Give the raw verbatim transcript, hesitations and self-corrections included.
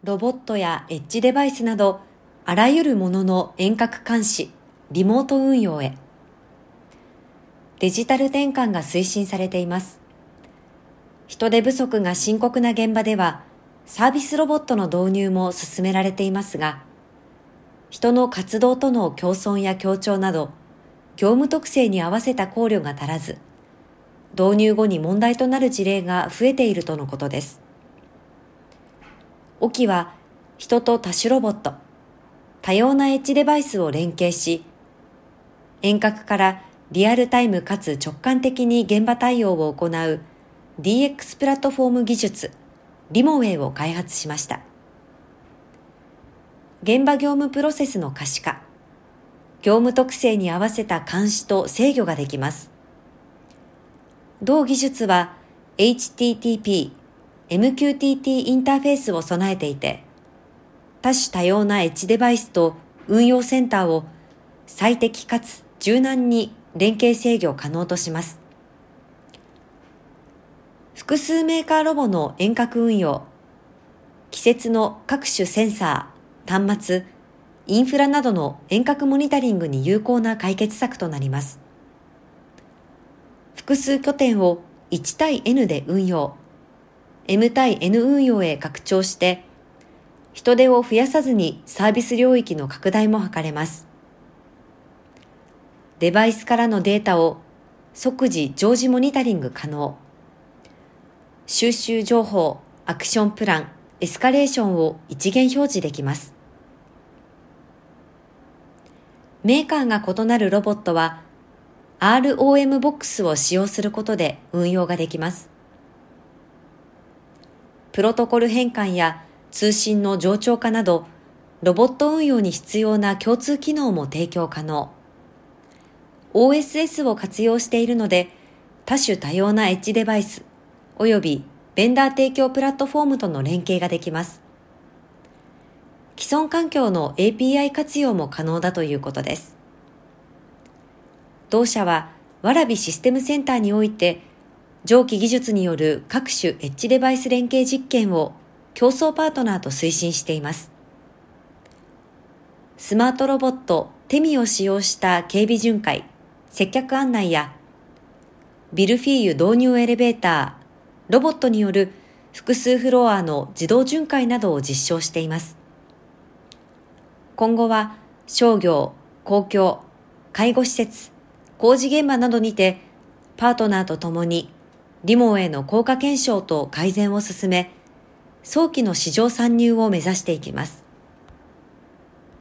ロボットやエッジデバイスなど、あらゆるものの遠隔監視、リモート運用へ。デジタル転換が推進されています。人手不足が深刻な現場では、サービスロボットの導入も進められていますが、人の活動との共存や協調など、業務特性に合わせた考慮が足らず、導入後に問題となる事例が増えているとのことです。オキは、人と多種ロボット、多様なエッジデバイスを連携し、遠隔からリアルタイムかつ直感的に現場対応を行う ディーエックス プラットフォーム技術、リモウェイを開発しました。現場業務プロセスの可視化、業務特性に合わせた監視と制御ができます。同技術は エイチティーティーピー、エムキューティーティー インターフェースを備えていて、多種多様なエッジデバイスと運用センターを最適かつ柔軟に連携制御可能とします。複数メーカーロボの遠隔運用、季節の各種センサー、端末、インフラなどの遠隔モニタリングに有効な解決策となります。複数拠点をいち対 エヌ で運用、エム対エヌ 運用へ拡張して、人手を増やさずにサービス領域の拡大も図れます。デバイスからのデータを即時常時モニタリング可能。収集情報、アクションプラン、エスカレーションを一元表示できます。メーカーが異なるロボットは アールオーエム ボックスを使用することで運用ができます。プロトコル変換や通信の冗長化など、ロボット運用に必要な共通機能も提供可能。オーエスエス を活用しているので、多種多様なエッジデバイス、およびベンダー提供プラットフォームとの連携ができます。既存環境の エーピーアイ 活用も可能だということです。同社は、わらびシステムセンターにおいて、上記技術による各種エッジデバイス連携実験を競争パートナーと推進しています。スマートロボットテミを使用した警備巡回、接客案内や、ビルフィーユ導入エレベーター、ロボットによる複数フロアの自動巡回などを実証しています。今後は商業、公共、介護施設、工事現場などにてパートナーとともにリモへの効果検証と改善を進め、早期の市場参入を目指していきます。